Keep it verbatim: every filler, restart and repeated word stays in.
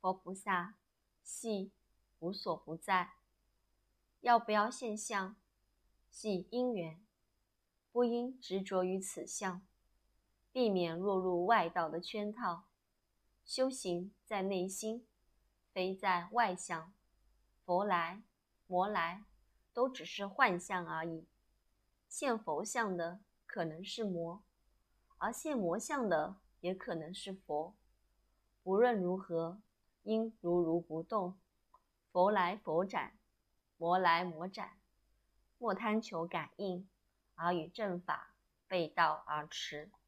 佛菩萨系无所不在，要不要现象，系因缘，不应执着于此相，避免落入外道的圈套。修行在内心，非在外相。佛来魔来都只是幻象而已，现佛像的可能是魔，而现魔像的也可能是佛。无论如何，应如如不动，佛来佛斩，魔来魔斩，莫贪求感应，而与正法背道而驰。